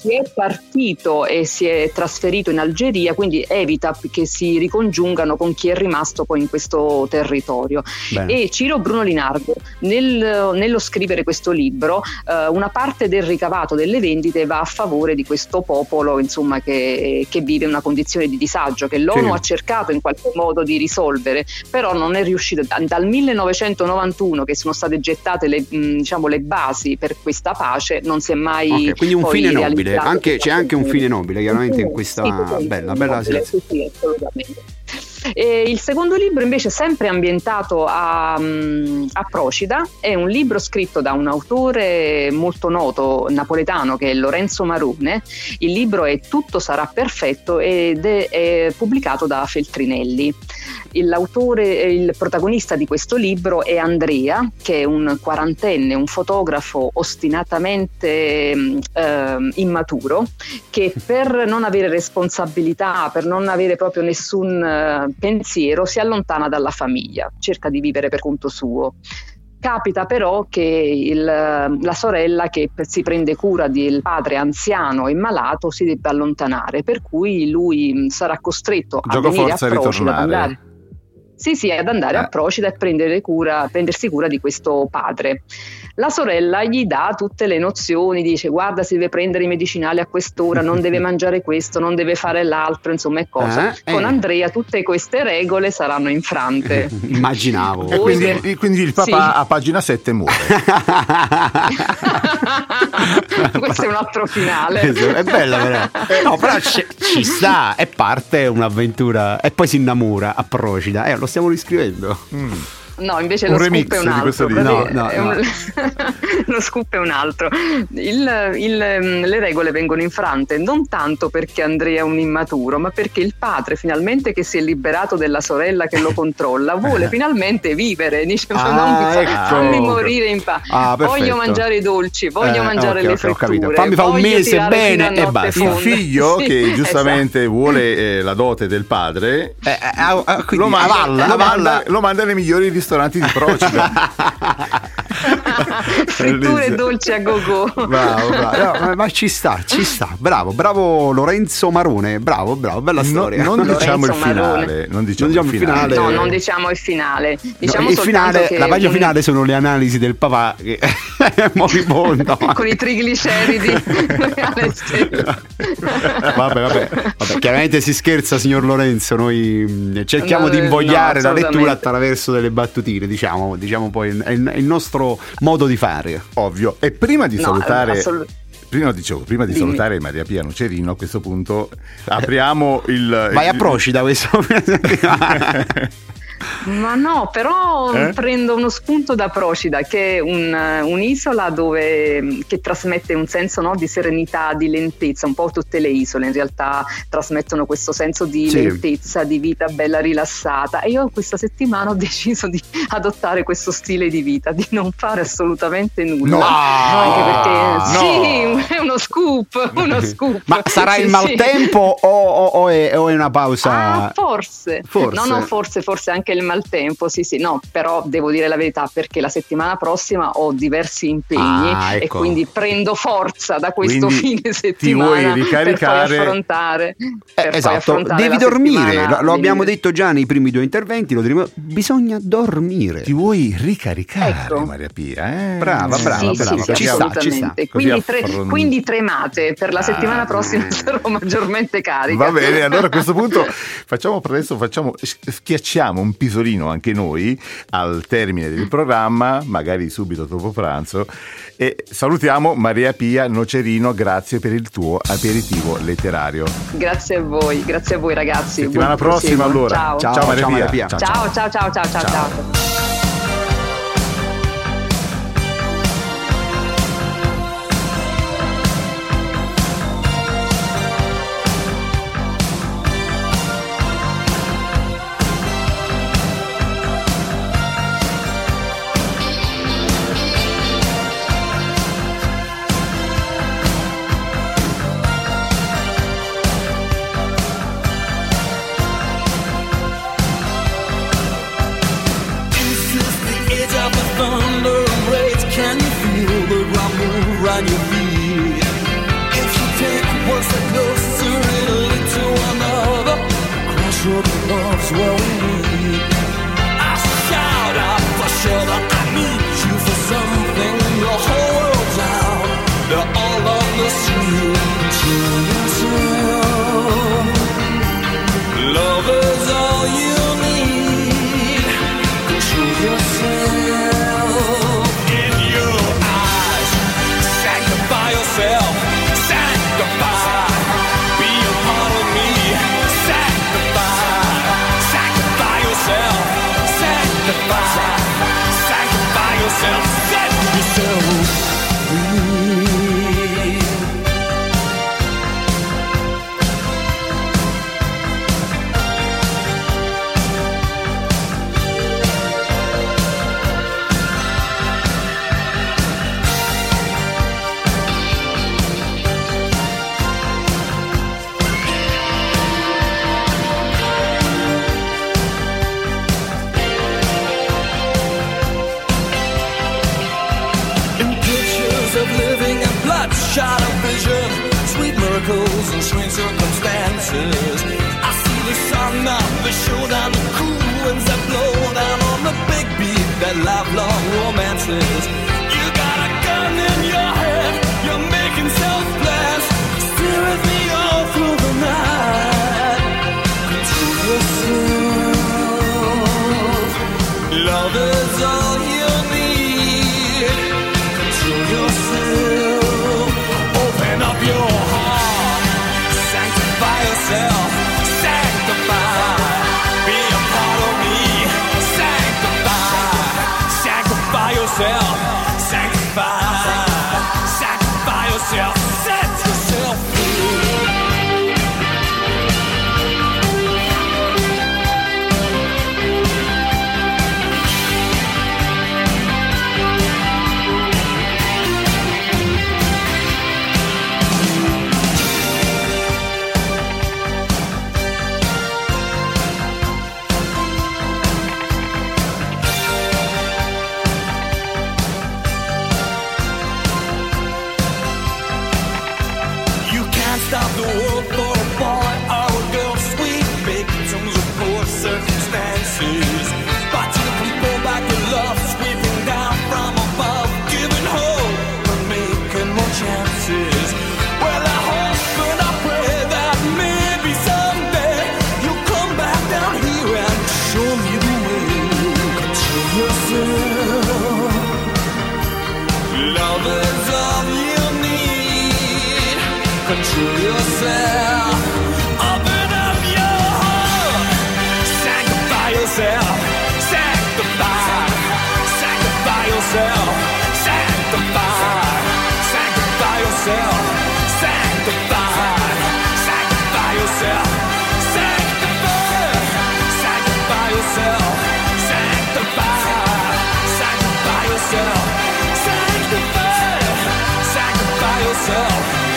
si è partito e si è trasferito in Algeria, quindi evita che si ricongiungano con chi è rimasto poi in questo territorio. Bene. E Ciro Bruno Linardo nel, nello scrivere questo libro eh, una parte del ricavato delle vendite va a favore di questo popolo, insomma, che, che vive una condizione di disagio che l'ONU sì. ha cercato in qualche modo di risolvere, però non è riuscito. Dal millenovecentonovantuno che sono state gettate le, diciamo, le basi per questa pace, non si è mai okay, quindi un fine nobile, anche, c'è anche un fine nobile chiaramente in questa sì, bella bella sì, sì, assolutamente. E il secondo libro invece, sempre ambientato a, a Procida, è un libro scritto da un autore molto noto napoletano che è Lorenzo Marone. Il libro è Tutto sarà perfetto ed è, è pubblicato da Feltrinelli. L'autore, il protagonista di questo libro è Andrea, che è un quarantenne, un fotografo ostinatamente eh, immaturo, che per non avere responsabilità, per non avere proprio nessun eh, pensiero, si allontana dalla famiglia, cerca di vivere per conto suo. Capita però che il, la sorella, che si prende cura del padre anziano e malato, si debba allontanare, per cui lui sarà costretto a Gioco venire forza a Procida, ad ritornare. andare Sì, sì, ad andare eh. a Procida e prendere cura, prendersi cura di questo padre. La sorella gli dà tutte le nozioni, dice: guarda, si deve prendere i medicinali a quest'ora, non deve mangiare questo, non deve fare l'altro, insomma, è cosa. Eh, Con eh. Andrea tutte queste regole saranno infrante. Immaginavo. E quindi, per... quindi il papà sì. a pagina sette muore. Questo è un altro finale. È bella però. No, però ci, ci sta, è parte un'avventura e poi si innamora a Procida. Eh, lo stiamo riscrivendo. Mm. No, invece Un lo remix scoop è un di altro. questo libro. No, no, È un- no. lo scoop è un altro. Il, il, le regole vengono infrante non tanto perché Andrea è un immaturo, ma perché il padre, finalmente che si è liberato della sorella che lo controlla, vuole finalmente vivere. Dice: Ah, non mi fa- ecco. fammi morire in pace. Ah, perfetto. Voglio mangiare i dolci, voglio Eh, mangiare ok, le ok, ho capito. fritture. Fammi fa un voglio mese tirare bene fino a e notte basta. Il fonda. figlio, Sì, che giustamente esatto. vuole eh, la dote del padre, Eh, eh, ah, ah, quindi lo manda, avalla, lo, avalla. manda, lo manda nei migliori ristoranti di Procida. Fritture e dolci a go-go. Bravo, bravo. No, ma, ma ci sta, ci sta. Bravo, bravo Lorenzo Marone. Bravo, bravo, bella No, storia. non diciamo il Lorenzo Marone. finale, non diciamo, Non diciamo il finale. No, non diciamo il finale. Diciamo No, il soltanto finale, che la pagina un- finale sono le analisi del papà che è moribondo. con i trigliceridi alle stelle. Vabbè, vabbè, vabbè, chiaramente si scherza, signor Lorenzo. Noi mh, cerchiamo No, di invogliare no, la lettura assolutamente. attraverso delle battutine, diciamo, diciamo poi è il, è il nostro modo di fare. Ovvio. E prima di No, salutare assolut- Prima dicevo, prima di Dimmi. salutare Maria Pia Nocerino, a questo punto apriamo il Vai a il- Procida questo. Ma no, però Eh? prendo uno spunto da Procida, che è un, un'isola dove, che trasmette un senso, no, di serenità, di lentezza. Un po' tutte le isole in realtà trasmettono questo senso di Sì. lentezza, di vita bella rilassata. E io questa settimana ho deciso di adottare questo stile di vita, di non fare assolutamente nulla. No! Anche perché No! sì, è uno scoop, uno scoop. Ma sarà Sì, il sì. maltempo o, o, o, è, o è una pausa? Ah, forse. Forse. No, no, forse, forse anche il maltempo, sì, sì, no, però devo dire la verità, perché la settimana prossima ho diversi impegni Ah, e ecco. quindi prendo forza da questo Quindi fine settimana ti vuoi ricaricare? per poi affrontare, Eh, per poi esatto, affrontare devi la dormire, settimana lo, lo abbiamo di- detto già nei primi due interventi, lo diremo, bisogna dormire. Ti vuoi ricaricare, Ecco. Maria Pia? Eh? Brava, brava, sì, brava, sì, ci sì, sta, ci sta. assolutamente. Così Quindi, tre- affron- quindi tremate, per la Ah. settimana prossima sarò maggiormente carica. Va bene, allora a questo punto facciamo per adesso facciamo, schiacciamo un pisolino anche noi al termine del programma, magari subito dopo pranzo, e salutiamo Maria Pia Nocerino, grazie per il tuo aperitivo letterario. Grazie a voi, grazie a voi ragazzi. Settimana Buon prossima proseguo. allora. Ciao. Ciao, Ciao Maria ciao, Pia. Maria Pia. Ciao, Ciao, ciao, ciao, ciao, ciao, ciao. love's what we need. I shout out for sure that I need you for something. The whole world's out, they're all on the street. Control yourself. Love is all you need. Control yourself. In your eyes, sanctify yourself. Sanctify. Be a part of me. Sanctify. Sanctify yourself. Sanctify. Sanctify yourself. Set yourself free. Shot of vision, sweet miracles and strange circumstances. I see the sun up, the showdown, the cool winds that blow down on the big beat, that lifelong romances. You got a gun in your head, you're making self-blast, stay with me all through the night. Control yourself. Love is all you need. Control yourself. Up your heart, sanctify yourself, sanctify, be a part of me, sanctify, sanctify yourself, sanctify, sanctify yourself, set yourself free. Stop the world for a boy or a girl, sweet victims of poor circumstances. But you can pull back your love, sweeping down from above, giving hope and making more chances. Well, I hope and I pray that maybe someday you'll come back down here and show me the way. Control yourself. Love is all you need. Control yourself. Open up your heart. Sanctify yourself. Sanctify. Sanctify yourself. Sanctify. Sanctify yourself. Sanctify. Sanctify yourself. Sanctify. Sanctify yourself. Sanctify. Sanctify yourself. Sanctify. Sanctify yourself.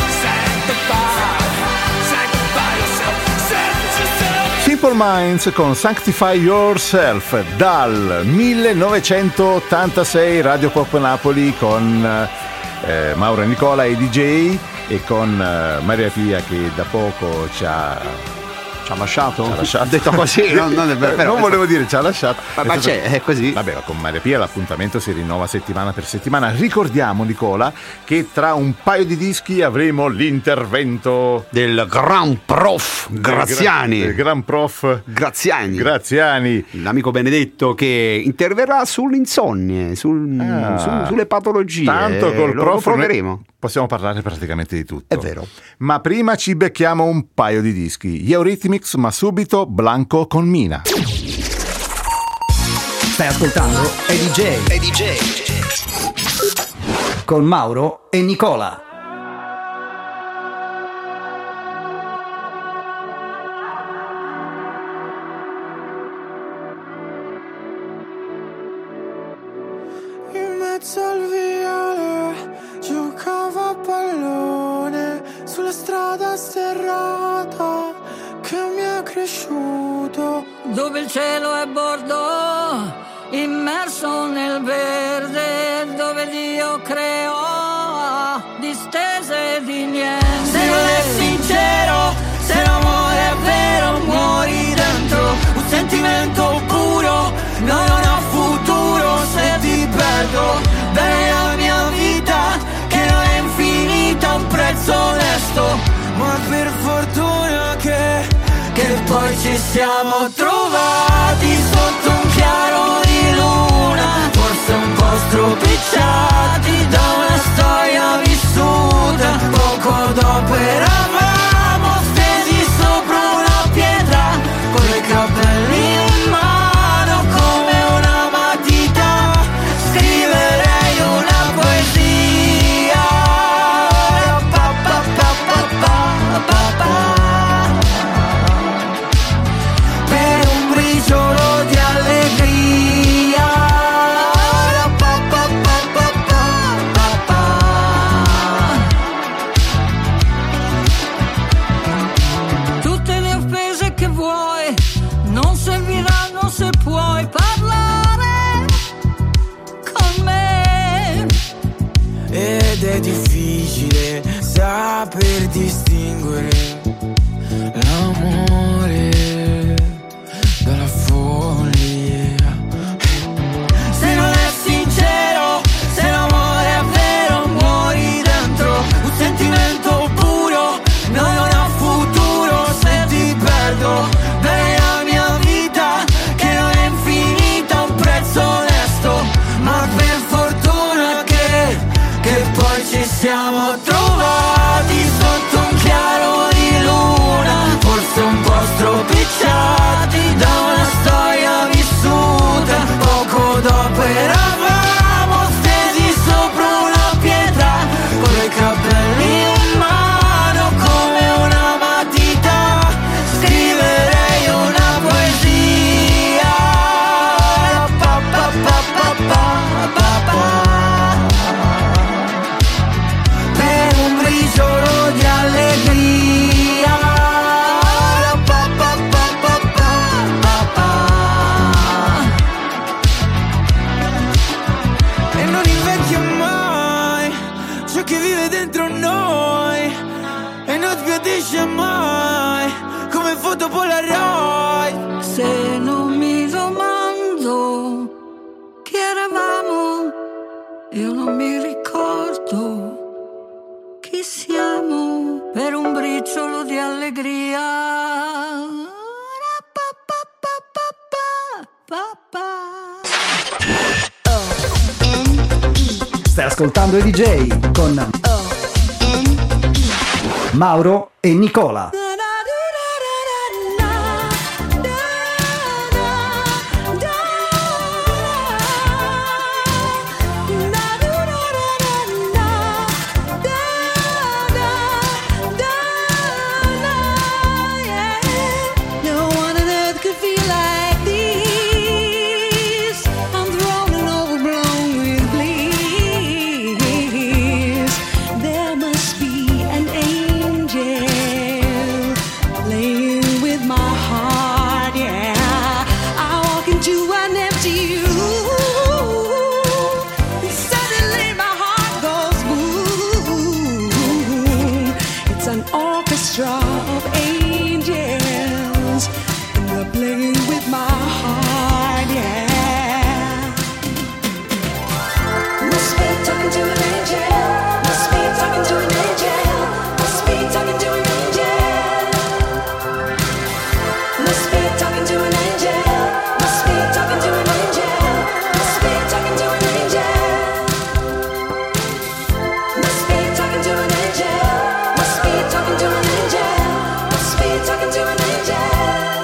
Simple Minds con Sanctify Yourself dal millenovecentottantasei, Radio Pop Napoli con eh, Mauro e Nicola e D J e con eh, Maria Pia che da poco ci ha Ci ha lasciato? Ci ha lasciato. Detto così, non, non, è vero, non volevo dire ci ha lasciato. Ma, ma c'è, è così. Vabbè, con Maria Pia l'appuntamento si rinnova settimana per settimana. Ricordiamo, Nicola, che tra un paio di dischi avremo l'intervento del Gran Prof Graziani. Del Gran Prof Graziani. Graziani. L'amico Benedetto che interverrà sulle insonnie, sul, ah, su, sulle patologie. Tanto col lo, prof lo proveremo. Possiamo parlare praticamente di tutto. È vero. Ma prima ci becchiamo un paio di dischi. Gli Eurythmics, ma subito Blanco con Mina. Stai ascoltando E D J. E D J. Con Mauro e Nicola. In mezzo al viale giocavo a pallone sulla strada sterrata che mi è cresciuto, dove il cielo è bordo immerso nel verde, dove Dio creò distese di niente. Se non è sincero, se l'amore è vero, muori dentro. ma per fortuna che, che poi ci siamo trovati sotto un chiaro di luna, forse un po' stropicciati da una storia vissuta. Poco dopo eravamo stesi sopra una pietra, con i capelli in mano come una matita. Scriverei una poesia pa, pa, pa, pa, pa, pa, pa, per un briciolo di allegria pa, pa, pa, pa, pa, pa, pa. Tutte le offese che vuoi non serviranno se puoi parlare con me. Ed è difficile saper distinguere l'amore dalla follia. Se non è sincero, se l'amore è vero, muori dentro un sentimento puro. No, non ha futuro se ti perdo. Bene la mia vita, che non è infinita, un prezzo onesto. Ma per fortuna che, che poi ci siamo trovati sotto un chiaro di luna, forse un po' stropicciati da una storia vissuta. Poco dopo eravamo stesi sopra una pietra, con i capelli in mano come una matita. Scriverei una poesia pa, pa, pa, pa, pa, pa, pa, per un briciolo di allegria pa, pa, pa, pa, pa, pa, pa. E non invecchia mai ciò che vive dentro noi, e non sbiadisce mai come foto Polaroid. Se non mi domando chi eravamo, io non mi ricordo chi siamo, per un briciolo di allegria. Pa, pa, pa, pa, pa, pa. Stai ascoltando i D J con Mauro e Nicola. No one on earth could feel like this. I'm thrown and overblown with bliss. There must be an angel playing with my heart, yeah. I walk into an empty room, and suddenly my heart goes boom. It's an orchestra of angels, and they're playing with my heart, yeah. Must be talking to an angel. Must be talking to an angel. Must be talking to an angel. Must be talking to an angel. Must be talking to an angel. Must be talking to an angel. Must be talking to an angel. Must be talking to an angel. Must be talking to an angel.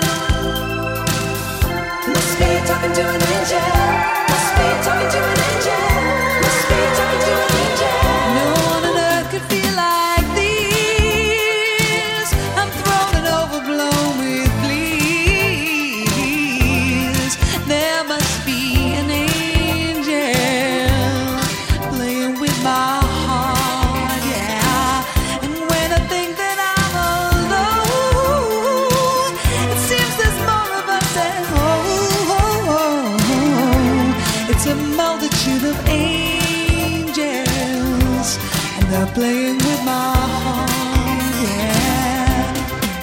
Must be talking to an angel. Must be talking to an angel. Must be talking to an angel. No one on earth could feel like this. I'm thrown and overblown with bliss. There must be an angel playing with my heart, yeah. And when I think that I'm alone, it seems there's more of us at home. It's a multitude of angels, and they're playing with my heart, yeah.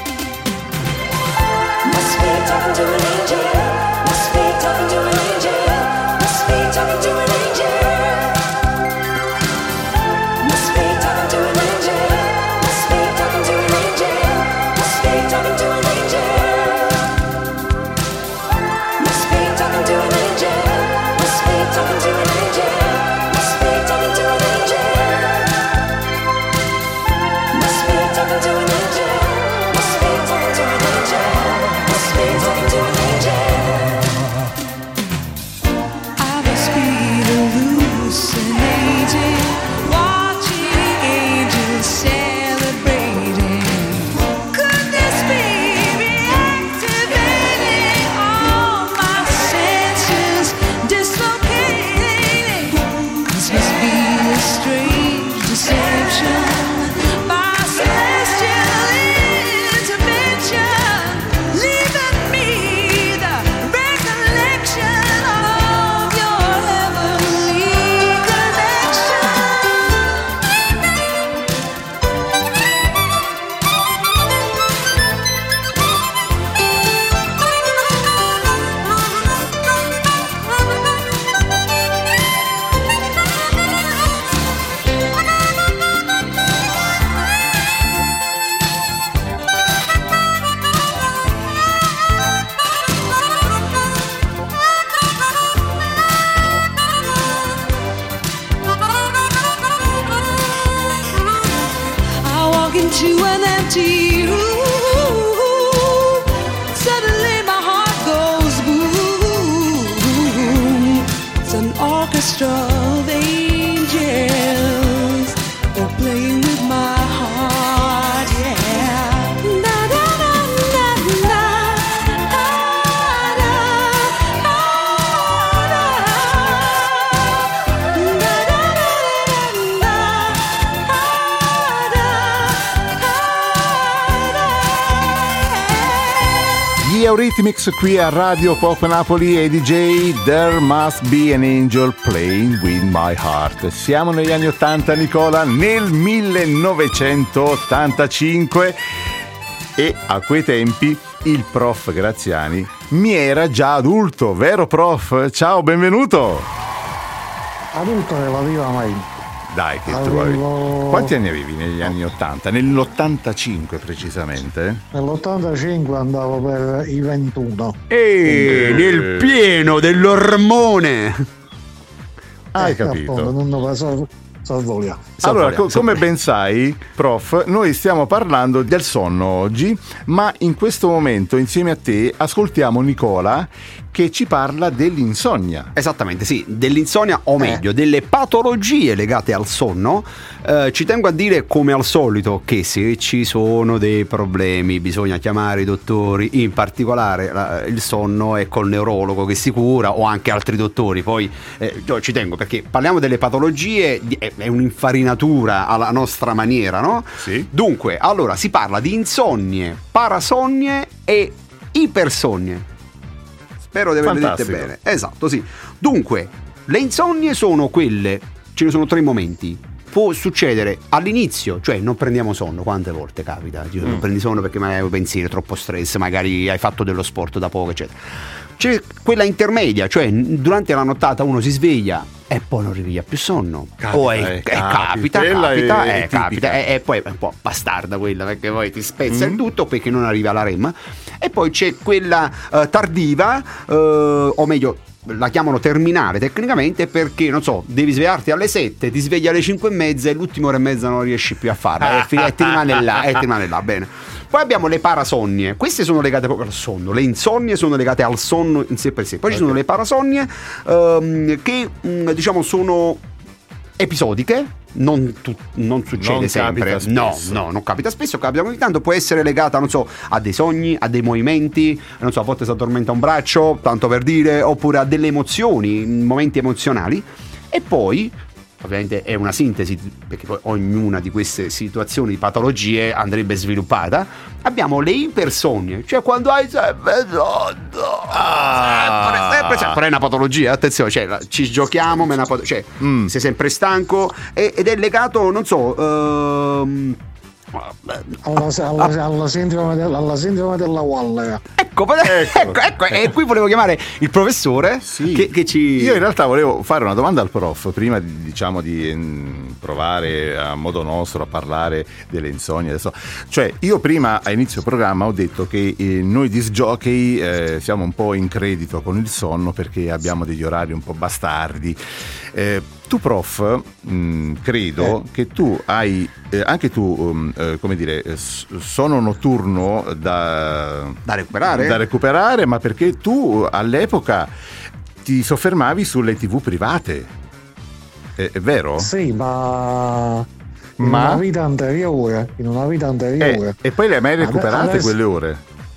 Must be talking to an angel. Must be talking to an angel. Must be talking to an angel. Must be talking to an angel. Must be talking to an angel. into an empty room. Suddenly my heart goes boom. It's an orchestra of angels. They're playing with my heart, yeah. Na na na na na. Ah, na, ah, na. Na na na na na. Gli Eurythmics qui a Radio Pop Napoli e D J There Must Be an Angel Playing With My Heart. Siamo negli anni ottanta, Nicola, nel millenovecentottantacinque, e a quei tempi il prof Graziani mi era già adulto, vero prof? Ciao, benvenuto. Adulto relativamente. Dai, che tu Avevo- avevi... Quanti anni avevi negli anni ottanta? Nell'ottantacinque precisamente? Nell'ottantacinque andavo per i ventuno. E nel pieno dell'ormone. Hai Eh, capito? appunto, non ne so, so voglia. Allora, co- come ben sai, prof, noi stiamo parlando del sonno oggi, ma in questo momento insieme a te ascoltiamo Nicola che ci parla dell'insonnia. Esattamente, sì, dell'insonnia, o meglio, delle patologie legate al sonno. Eh, ci tengo a dire, come al solito, che se ci sono dei problemi bisogna chiamare i dottori, in particolare la- il sonno è col neurologo che si cura, o anche altri dottori. Poi eh, io ci tengo perché parliamo delle patologie, di- è, è un'infarinatura alla nostra maniera, no? Sì. Dunque, allora si parla di insonnie, parasonnie e ipersonnie. Spero di averle dette Fantastico. bene. Esatto, sì. Dunque, le insonnie sono quelle, ce ne sono tre momenti. Può succedere all'inizio, cioè non prendiamo sonno, quante volte capita? Io Non Mm. prendi sonno perché magari hai pensieri, troppo stress, magari hai fatto dello sport da poco, eccetera. C'è quella intermedia, cioè n- durante la nottata uno si sveglia e poi non riviglia più sonno. Capita, o è, eh, è capita. capita, Quella capita, è è, tipica. capita, e, e poi è un po' bastarda quella, perché poi ti spezza Mm. il tutto perché non arriva alla REM. E poi c'è quella eh, tardiva, eh, o meglio la chiamano terminale tecnicamente, perché non so, devi svegliarti alle sette, ti svegli alle cinque e mezza e l'ultima ora e mezza non riesci più a farla, e, fi- e ti rimane là, e ti rimane là, bene. Poi abbiamo le parasonnie, queste sono legate proprio al sonno, le insonnie sono legate al sonno in sé per sé. Poi ci sono le parasonnie ehm, che mh, diciamo sono episodiche, non, tu- non succede Non sempre, capita no, spesso. no, non capita spesso, capita ogni tanto, può essere legata, non so, a dei sogni, a dei movimenti, non so, a volte si addormenta un braccio, tanto per dire, oppure a delle emozioni, momenti emozionali. E poi, ovviamente è una sintesi, perché poi ognuna di queste situazioni, patologie andrebbe sviluppata. Abbiamo le ipersonnie, cioè quando hai sempre sonno, sempre, sempre, sempre, è una patologia, attenzione, cioè la- ci giochiamo, ma è una pat- cioè Mm. sei sempre stanco, e- ed è legato, non so, ehm, Alla, alla, alla, sindrome, del- alla sindrome della Waller. ecco, ecco, ecco, e qui volevo chiamare il professore Sì. che, che ci... Io in realtà volevo fare una domanda al prof prima di, diciamo, di mm, provare a modo nostro a parlare delle insonnie. Adesso. Cioè, io prima a inizio programma ho detto che eh, noi disc jockey eh, siamo un po' in credito con il sonno perché abbiamo degli orari un po' bastardi. Eh, tu prof, mh, credo che tu hai eh, anche tu, um, eh, come dire, eh, s- sono notturno da, Da recuperare? da recuperare, ma perché tu all'epoca ti soffermavi sulle tivù private. È, è vero? Sì, ma in Ma? una vita anteriore, in una vita anteriore. Eh, e poi le hai mai Ade- recuperate adesso- quelle ore?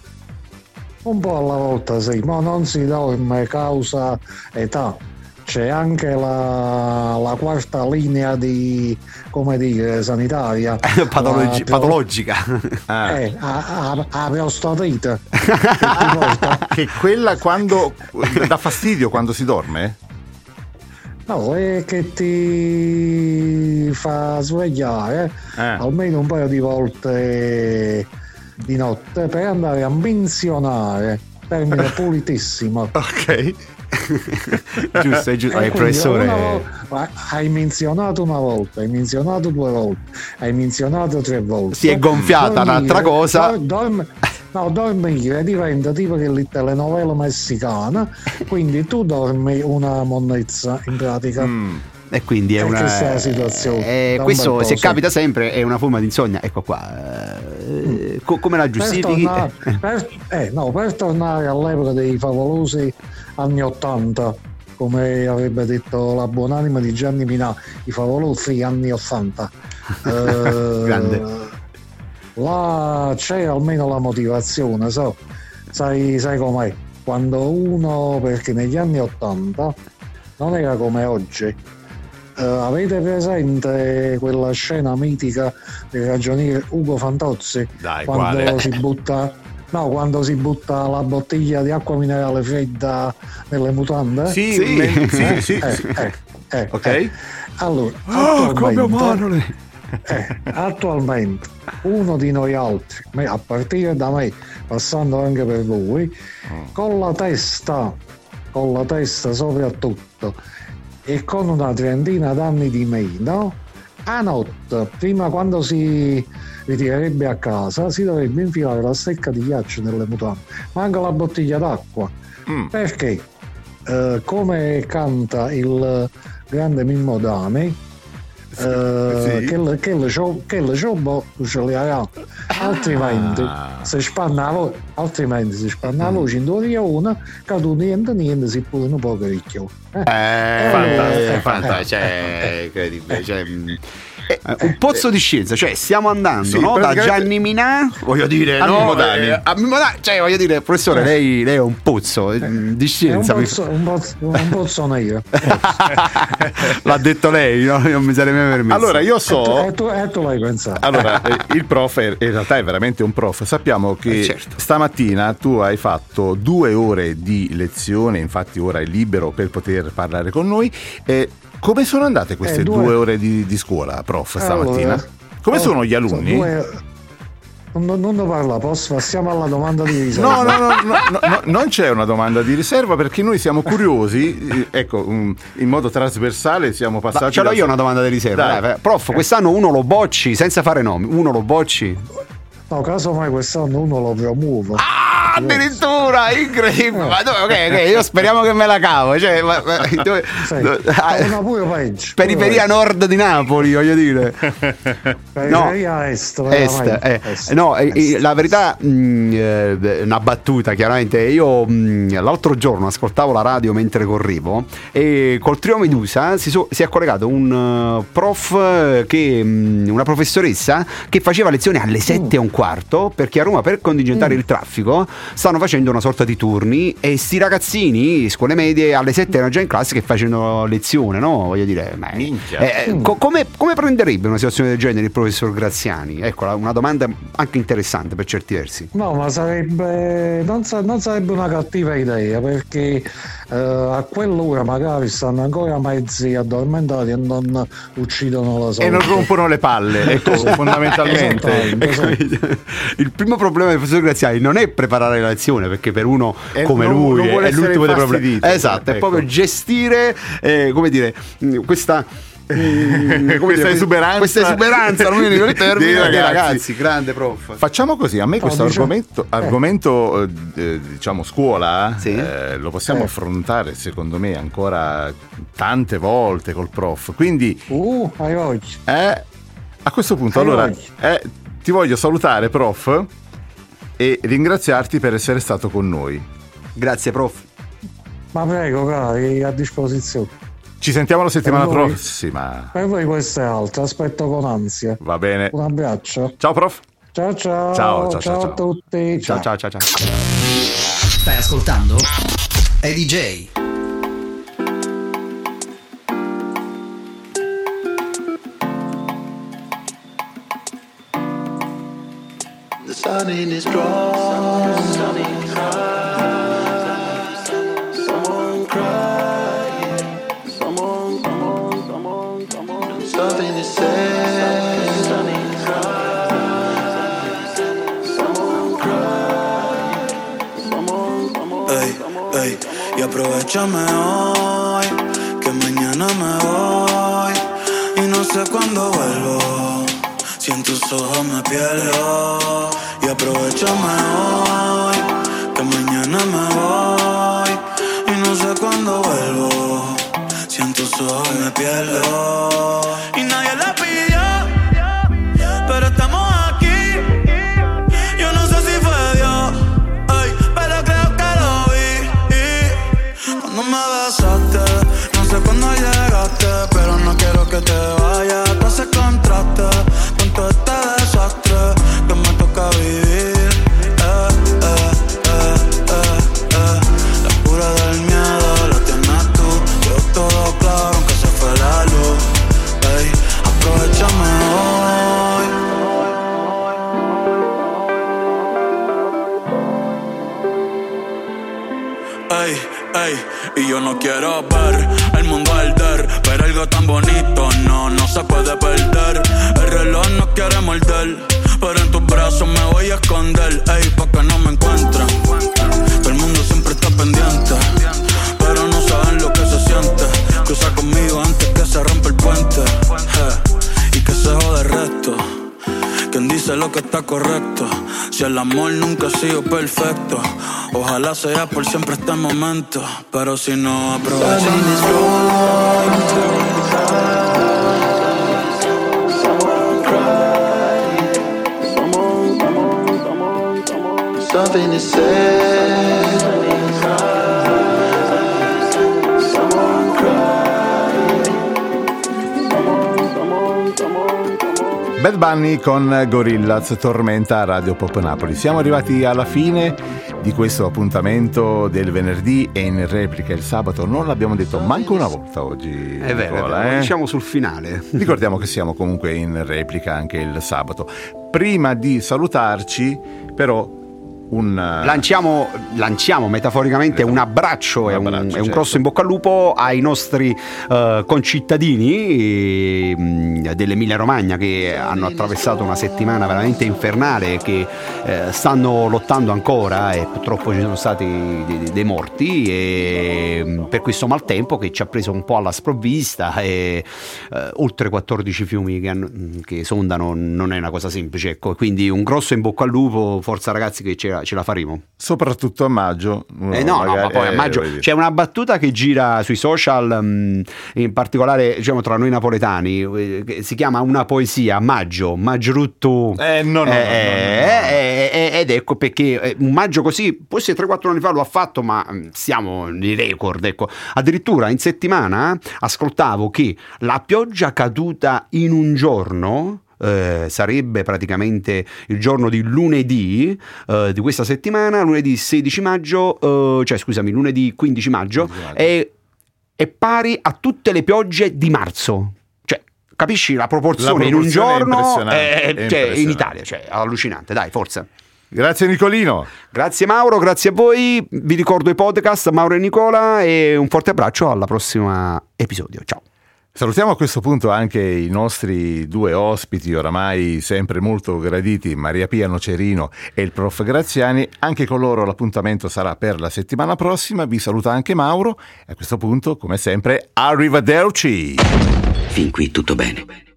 Un po' alla volta sì, ma non si dorme causa età. C'è anche la, la quarta linea di, come dire, sanitaria. Patologi- La- patologica. Ah. Eh, a, a, a prostatite. Che ti porta- Che quella quando dà fastidio quando si dorme? No, è che ti fa svegliare Eh. almeno un paio di volte di notte per andare a menzionare, termine pulitissimo. Ok. Giusto, è giusto. E Eh, quindi professore. una volta- hai menzionato una volta, hai menzionato due volte, hai menzionato tre volte. Si è gonfiata un'altra cosa. dor- dorme- no, dormire diventa tipo che la telenovela messicana, quindi tu dormi una monnezza in pratica. Mm. e quindi è E una questa è la situazione. eh, Da un questo bel po', se sì. capita sempre è una forma di insonnia, ecco qua. Eh, co- come la Per giustifichi? tornare, per, eh, no, per tornare all'epoca dei favolosi anni Ottanta, come avrebbe detto la buonanima di Gianni Minà, i favolosi anni Ottanta. Eh, Grande. Là c'è almeno la motivazione, so. sai, sai com'è? Quando uno, perché negli anni Ottanta non era come oggi. Eh, avete presente quella scena mitica del ragioniere Ugo Fantozzi? Dai, quando quale? si butta no, quando si butta la bottiglia di acqua minerale fredda nelle mutande? Sì, Sì. me- sì, sì, Eh, sì. eh, eh, Ok. eh. Allora, Oh, come attualmente, Manole. eh, attualmente uno di noi altri, me- a partire da me, passando anche per voi, con la testa, con la testa soprattutto, e con una trentina d'anni di meno, a notte, prima quando si ritirerebbe a casa, si dovrebbe infilare la stecca di ghiaccio nelle mutande, ma anche la bottiglia d'acqua. Mm. Perché, eh, come canta il grande Mimmo Dami, eh, sì. che le che le scio- che le sciobbo ce le ha, altrimenti Ah. se spanna la vo- altrimenti si spanna la voce in due una, cadu niente niente si pure un po' ricchio. Eh, Eh, fantastico. eh, fantastico, cioè, incredibile, cioè, mh, eh, un pozzo di scienza, cioè stiamo andando, Sì, no? Da praticamente- Gianni Minà, voglio dire, A no? Mimmo Dami. Eh, a Mimmo Dami, cioè voglio dire, professore, lei, lei è un pozzo eh, di È un scienza. pozzo, un pozzo, un pozzo nero. L'ha detto lei, no? Io non mi sarei mai permesso. Allora, io E tu, so. e tu, e tu l'hai pensato. Allora, eh, il prof è- in realtà è veramente un prof. Sappiamo che Eh, certo. stamattina tu hai fatto due ore di lezione, infatti ora è libero per poter parlare con noi. Eh, come sono andate queste Eh, due... due- ore di, di scuola, prof, stamattina? Allora, come oh, sono gli alunni? due- Non, non ne parla, posso? Passiamo alla domanda di riserva. No, no, no, no, no, no, non c'è una domanda di riserva perché noi siamo curiosi, eh, ecco, um, in modo trasversale siamo Ma passati. ce l'ho da- io una domanda di riserva. Dai. Dai, prof, quest'anno uno lo bocci senza fare nomi. Uno lo bocci. No, casomai quest'anno uno lo promuovo. Ah, addirittura incredibile. Ma dove, ok, ok, io speriamo che me la cavo. Cioè, ma- ma- dove- Sì. dove- ah, Eh, no, pure peggio. periferia nord di Napoli, voglio dire. Periferia est, Est, veramente. eh. Est. No, eh, Est. eh, la verità, mh, eh, una battuta chiaramente. Io mh, l'altro giorno ascoltavo la radio mentre correvo e col trio Medusa si, so- si è collegato un uh, prof eh, che mh, una professoressa che faceva lezioni alle sette e un quarto perché a Roma, per contingentare il traffico, stanno facendo una sorta di turni e sti ragazzini scuole medie alle sette erano già in classe che facevano lezione, no? Voglio dire, ma, Minchia. eh, co- come, come prenderebbe una situazione del genere il professor Graziani? Ecco, la- una domanda anche interessante per certi versi. No, ma sarebbe non, sa- non sarebbe una cattiva idea perché eh, a quell'ora magari stanno ancora mezzi addormentati e non uccidono la E salute. non rompono le palle, ecco, fondamentalmente. Esattamente, esatto. Il primo problema del professor Graziani non è preparare la lezione, perché per uno E come non- lui non vuole è l'ultimo essere dei problemi. infastidito. Esatto, è Ecco. proprio gestire, eh, come dire, mh, questa mm, come Questa dire, esuberanza. questa esuberanza non mi ricordo il termine, Dei dei ragazzi. ragazzi, grande prof. Facciamo così, a me questo diciamo- argomento, eh. argomento eh, diciamo scuola, Sì. eh, lo possiamo Eh. affrontare secondo me ancora tante volte col prof, quindi Uh, hai voglia. eh, a questo punto Hai allora voglia. eh, ti voglio salutare prof e ringraziarti per essere stato con noi. Grazie prof. Ma prego, cari, a disposizione. Ci sentiamo la settimana Per voi. prossima. Per voi questo è altro, aspetto con ansia. Va bene. Un abbraccio. Ciao prof. Ciao ciao. Ciao, ciao, ciao, ciao ciao. a tutti. Ciao ciao ciao ciao. Stai ascoltando? È D J. The sun in his drawers. Someone crying. Someone, someone, someone, someone. Something is said. Someone crying. Someone, someone. Ey, ey, y aprovechame hoy, que mañana me voy y no sé cuándo vuelvo. Si en tus ojos me pierdo. Y aprovechame hoy, que mañana me voy y no sé cuándo vuelvo. Si en tus ojos me pierdo. no me besaste. No sé cuándo llegaste, pero no quiero que te vayas. Tú haces contraste con todo este desastre que me toca vivir. Eh, eh, eh, eh, eh. La cura del miedo la tienes tú. Yo todo claro aunque se fue la luz. Ey, aprovechame hoy. Ey, ey, y yo no quiero ver el mundo arder, pero algo tan bonito no, no se puede perder. El reloj no quiere morder, pero en tus brazos me voy a esconder. Ey, pa' que no me encuentren. Todo el mundo siempre está pendiente, pero no saben lo que se siente. Cruza conmigo antes que se rompa el puente. Eh, y que se jode el resto. Quien dice lo que está correcto. Si el amor nunca ha sido perfecto, ojalá sea por siempre este momento. Pero si no, aprovechamos. Something to say. Someone cry. Bad Bunny con Gorillaz tormenta Radio Pop Napoli. Siamo arrivati alla fine di questo appuntamento del venerdì e in replica il sabato. Non l'abbiamo detto manco una volta oggi. È vero, Nicola, è vero. Eh? Diciamo sul finale. Ricordiamo che siamo comunque in replica anche il sabato. Prima di salutarci, però, un lanciamo, lanciamo metaforicamente un abbraccio, un, abbraccio, e un, certo. un grosso in bocca al lupo ai nostri uh, concittadini mh, dell'Emilia Romagna che hanno attraversato una settimana veramente infernale, che eh, stanno lottando ancora e purtroppo ci sono stati dei, dei morti, e mh, per questo maltempo che ci ha preso un po' alla sprovvista, e uh, oltre quattordici fiumi che, hanno, che esondano non è una cosa semplice, ecco. Quindi un grosso in bocca al lupo, forza ragazzi che c'era ce la faremo. Soprattutto a maggio. Eh no, magari, no, ma poi a maggio eh, c'è una battuta che gira sui social, mh, in particolare diciamo tra noi napoletani, eh, che si chiama una poesia, maggio, maggiorutto. Eh no, no, eh, no, no, no, no. Eh, eh, ed ecco perché eh, un maggio così, forse tre quattro anni fa lo ha fatto, ma siamo nei record, ecco. Addirittura in settimana ascoltavo che la pioggia caduta in un giorno, Eh, sarebbe praticamente il giorno di lunedì eh, di questa settimana, lunedì sedici maggio, eh, cioè scusami, lunedì quindici maggio, è, è pari a tutte le piogge di marzo. Cioè, capisci la proporzione, la proporzione in un giorno è eh, cioè, in Italia, cioè allucinante, dai, forza. Grazie Nicolino. Grazie Mauro, grazie a voi. Vi ricordo i podcast Mauro e Nicola, e un forte abbraccio alla prossima episodio. Ciao. Salutiamo a questo punto anche i nostri due ospiti oramai sempre molto graditi, Maria Pia Nocerino e il prof Graziani. Anche con loro l'appuntamento sarà per la settimana prossima. Vi saluta anche Mauro e a questo punto, come sempre, arrivederci. Fin qui tutto bene.